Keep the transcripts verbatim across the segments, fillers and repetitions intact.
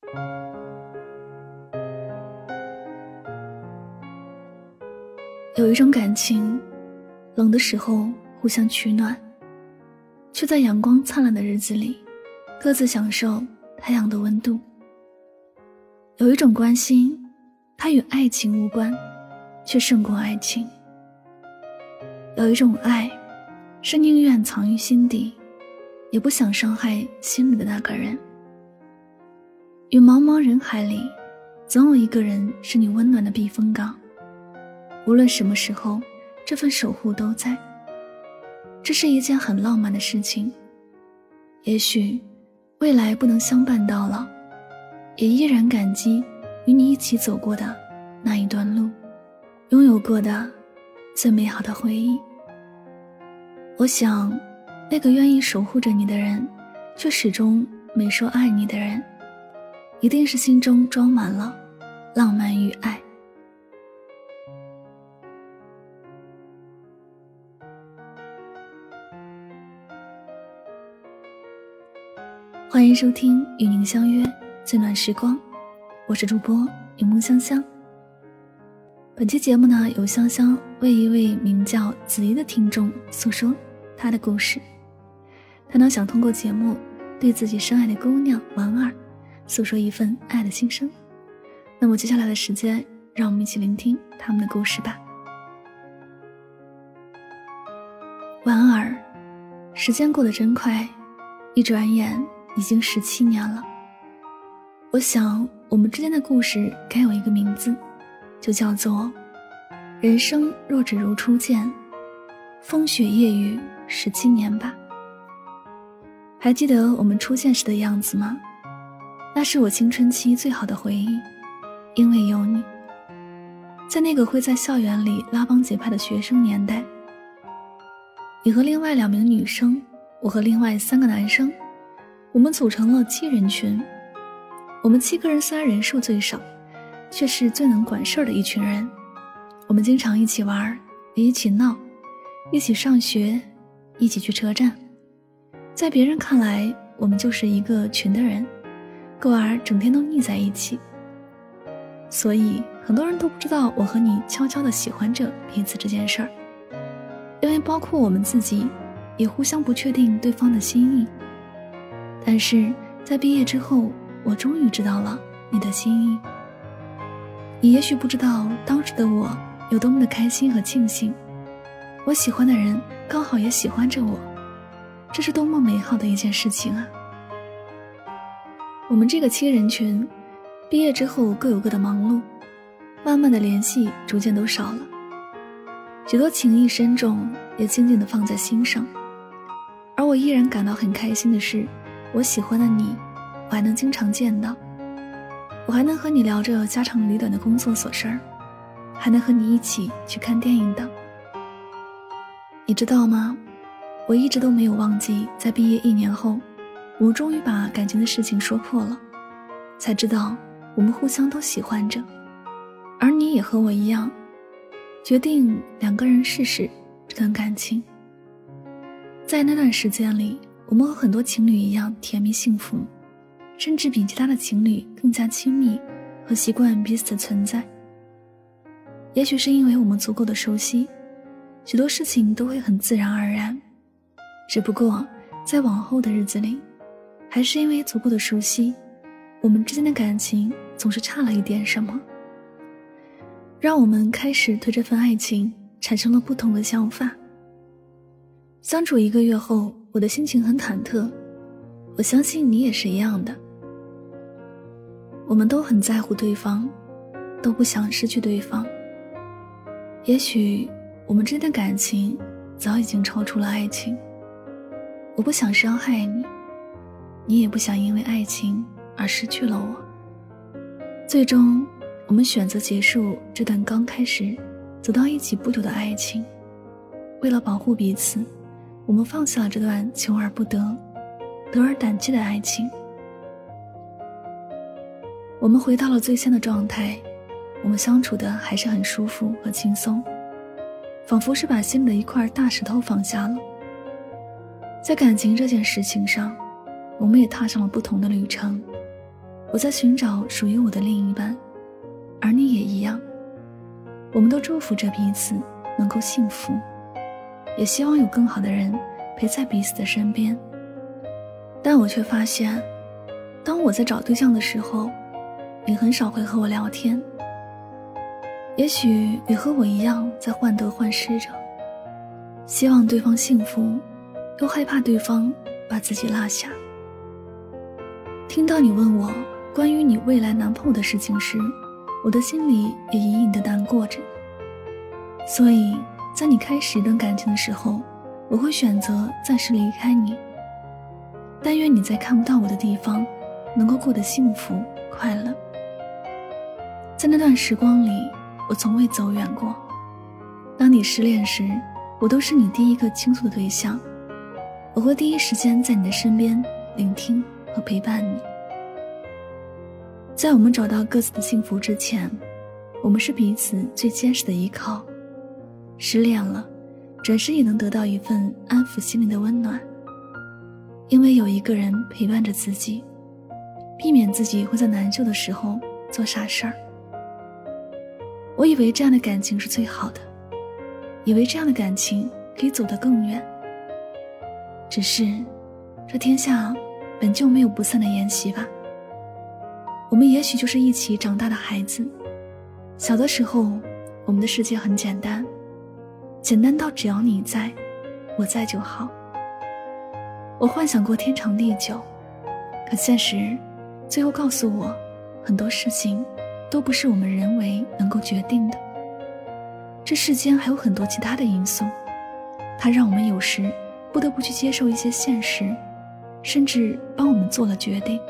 有一种感情，冷的时候互相取暖，却在阳光灿烂的日子里各自享受太阳的温度。有一种关心，它与爱情无关，却胜过爱情。有一种爱，是宁愿藏于心底，也不想伤害心里的那个人。于茫茫人海里，总有一个人是你温暖的避风港，无论什么时候，这份守护都在。这是一件很浪漫的事情，也许未来不能相伴到老，也依然感激与你一起走过的那一段路，拥有过的最美好的回忆。我想，那个愿意守护着你的人，却始终没说爱你的人，一定是心中装满了浪漫与爱。欢迎收听与您相约最暖时光，我是主播柠檬香香。本期节目呢，由香香为一位名叫子怡的听众诉说他的故事。他呢想通过节目对自己深爱的姑娘婉儿诉说一份爱的心声。那么接下来的时间，让我们一起聆听他们的故事吧。婉儿，时间过得真快，一转眼已经十七年了。我想我们之间的故事该有一个名字，就叫做人生若只如初见，风雪夜雨十七年吧。还记得我们初见时的样子吗？那是我青春期最好的回忆，因为有你。在那个会在校园里拉帮结派的学生年代，你和另外两名女生，我和另外三个男生，我们组成了七人群。我们七个人虽然人数最少，却是最能管事儿的一群人。我们经常一起玩，也一起闹，一起上学，一起去车站。在别人看来，我们就是一个群的人，故而整天都腻在一起。所以很多人都不知道我和你悄悄地喜欢着彼此这件事儿，因为包括我们自己也互相不确定对方的心意。但是在毕业之后，我终于知道了你的心意。你也许不知道当时的我有多么的开心和庆幸，我喜欢的人刚好也喜欢着我，这是多么美好的一件事情啊！我们这个七人群毕业之后各有各的忙碌，慢慢的联系逐渐都少了，许多情谊深重也静静地放在心上。而我依然感到很开心的是，我喜欢的你我还能经常见到，我还能和你聊着家长里短的工作琐事儿，还能和你一起去看电影等。你知道吗？我一直都没有忘记，在毕业一年后，我们终于把感情的事情说破了，才知道我们互相都喜欢着。而你也和我一样，决定两个人试试这段感情。在那段时间里，我们和很多情侣一样甜蜜幸福，甚至比其他的情侣更加亲密和习惯彼此的存在。也许是因为我们足够的熟悉，许多事情都会很自然而然。只不过在往后的日子里，还是因为足够的熟悉，我们之间的感情总是差了一点什么，让我们开始对这份爱情产生了不同的想法。相处一个月后，我的心情很忐忑，我相信你也是一样的。我们都很在乎对方，都不想失去对方。也许我们之间的感情早已经超出了爱情，我不想伤害你，你也不想因为爱情而失去了我。最终我们选择结束这段刚开始走到一起不久的爱情，为了保护彼此，我们放下了这段求而不得得而胆怯的爱情。我们回到了最先的状态，我们相处的还是很舒服和轻松，仿佛是把心里的一块大石头放下了。在感情这件事情上，我们也踏上了不同的旅程。 我在寻找属于我的另一半，而你也一样。我们都祝福着彼此能够幸福，也希望有更好的人陪在彼此的身边。但我却发现，当我在找对象的时候，你很少会和我聊天。也许你和我一样在患得患失着，希望对方幸福，又害怕对方把自己落下。听到你问我关于你未来男朋友的事情时，我的心里也隐隐地难过着。所以在你开始一段感情的时候，我会选择暂时离开你，但愿你在看不到我的地方能够过得幸福快乐。在那段时光里，我从未走远过。当你失恋时，我都是你第一个倾诉的对象，我会第一时间在你的身边聆听和陪伴你。在我们找到各自的幸福之前，我们是彼此最坚实的依靠。失恋了，转身也能得到一份安抚心灵的温暖，因为有一个人陪伴着自己，避免自己会在难受的时候做傻事儿。我以为这样的感情是最好的，以为这样的感情可以走得更远。只是这天下本就没有不散的筵席吧。我们也许就是一起长大的孩子，小的时候我们的世界很简单，简单到只要你在，我在就好。我幻想过天长地久，可现实最后告诉我，很多事情都不是我们人为能够决定的。这世间还有很多其他的因素，它让我们有时不得不去接受一些现实，甚至帮我们做了决定。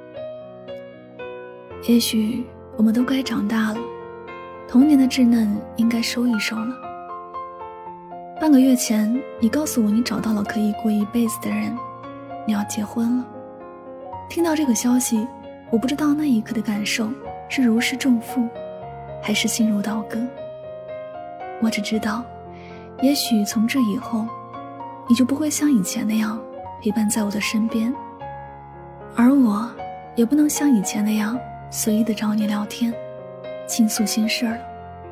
也许我们都该长大了，童年的稚嫩应该收一收了。半个月前，你告诉我你找到了可以过一辈子的人，你要结婚了。听到这个消息，我不知道那一刻的感受是如释重负，还是心如刀割。我只知道，也许从这以后，你就不会像以前那样陪伴在我的身边，而我也不能像以前那样随意地找你聊天，倾诉心事了。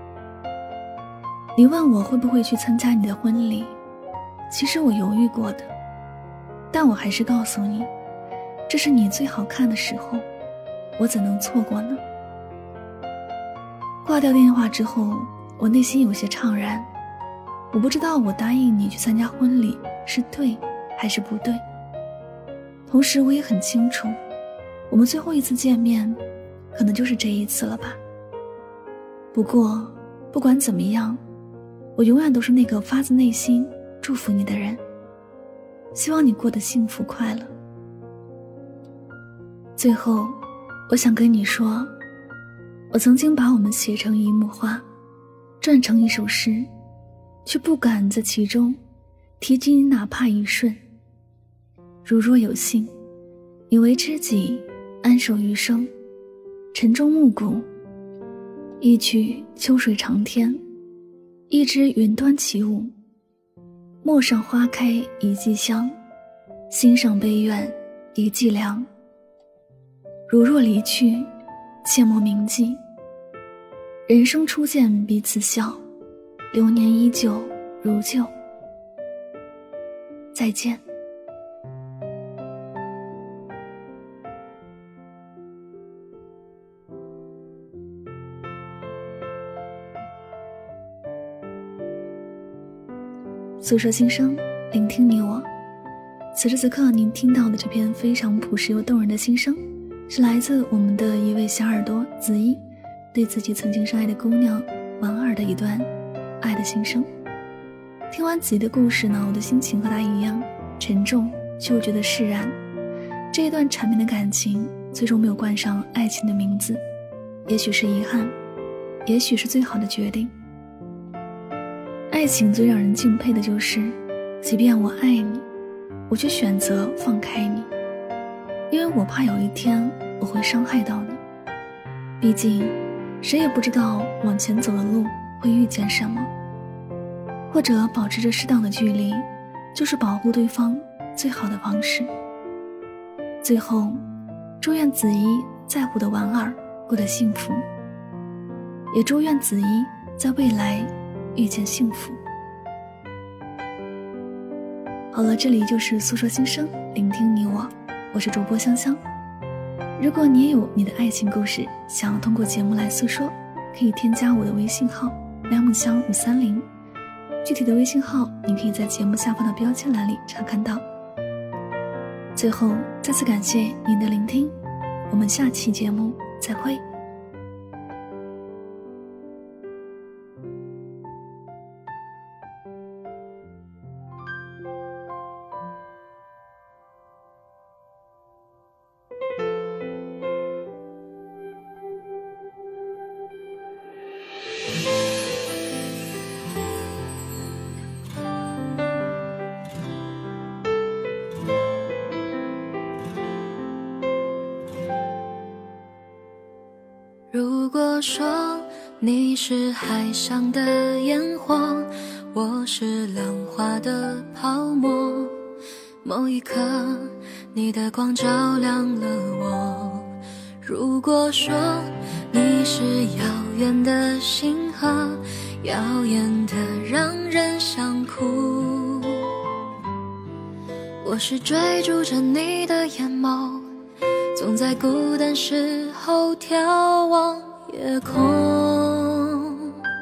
你问我会不会去参加你的婚礼，其实我犹豫过的，但我还是告诉你，这是你最好看的时候，我怎能错过呢？挂掉电话之后，我内心有些怅然，我不知道我答应你去参加婚礼是对还是不对。同时我也很清楚，我们最后一次见面可能就是这一次了吧。不过不管怎么样，我永远都是那个发自内心祝福你的人，希望你过得幸福快乐。最后我想跟你说，我曾经把我们写成一幕画，转成一首诗，却不敢在其中提及你哪怕一瞬。如若有幸，你为知己，安守余生，晨钟暮鼓，一曲秋水长天，一支云端起舞，陌上花开一季香，心上悲怨一季凉。如若离去，切莫铭记，人生初见彼此笑，流年依旧如旧。再见。诉说心声，聆听你我。此时此刻您听到的这篇非常朴实又动人的心声，是来自我们的一位小耳朵子一对自己曾经深爱的姑娘婉儿的一段爱的心声。听完子一的故事呢，我的心情和她一样沉重，却又觉得释然。这一段缠绵的感情最终没有冠上爱情的名字，也许是遗憾，也许是最好的决定。爱情最让人敬佩的就是，即便我爱你，我却选择放开你，因为我怕有一天我会伤害到你。毕竟谁也不知道往前走的路会遇见什么，或者保持着适当的距离，就是保护对方最好的方式。最后祝愿子怡在乎的婉儿过得幸福，也祝愿子怡在未来遇见幸福。好了，这里就是诉说心声，聆听你我，我是主播香香。如果你也有你的爱情故事想要通过节目来诉说，可以添加我的微信号梁木香五三零，具体的微信号你可以在节目下方的标签栏里查看到。最后再次感谢您的聆听，我们下期节目再会。 如果说你是海上的烟火，我是浪花的泡沫，某一刻你的光照亮了我。如果说你是遥远的星河，耀眼的让人想哭，我是追逐着你的眼眸，总在孤单时候眺望夜空。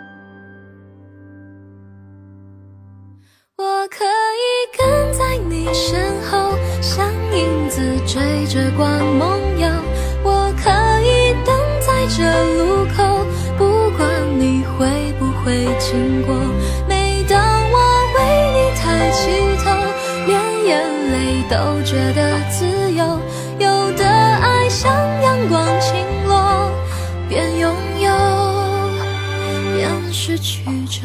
我可以跟在你身后，像影子追着光梦游。我可以等在这路口，不管你会不会经过。每当我为你抬起头，连眼泪都觉得自由。有的爱像阳光倾落，边拥有边失去着。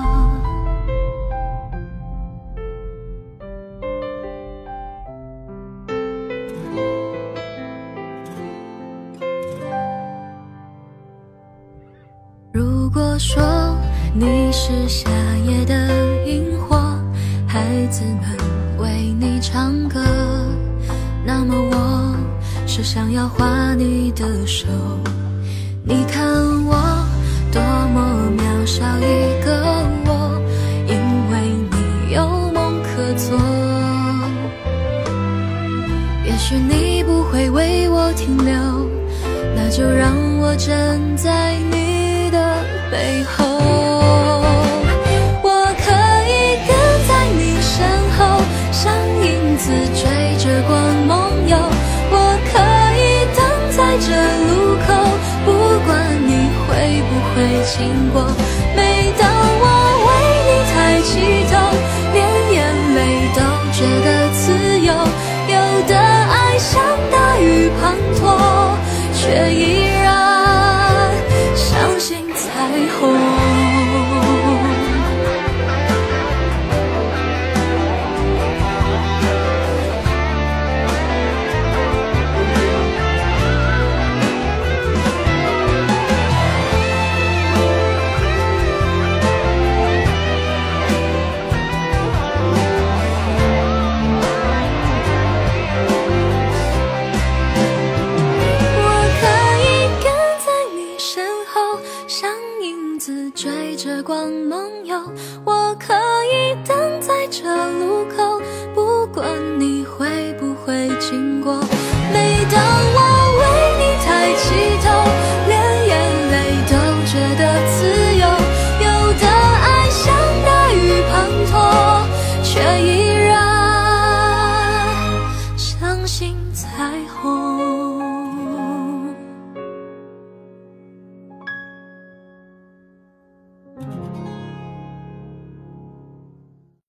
如果说你是夏夜的萤火，孩子们为你唱歌，那么我是想要画你的手。你看我多么渺小一个我，因为你有梦可做。也许你不会为我停留，那就让我站在你的背后。我可以跟在你身后，像影子追着光梦游。我可以等在这路口，不管你会不会经过。每当我为你抬起头，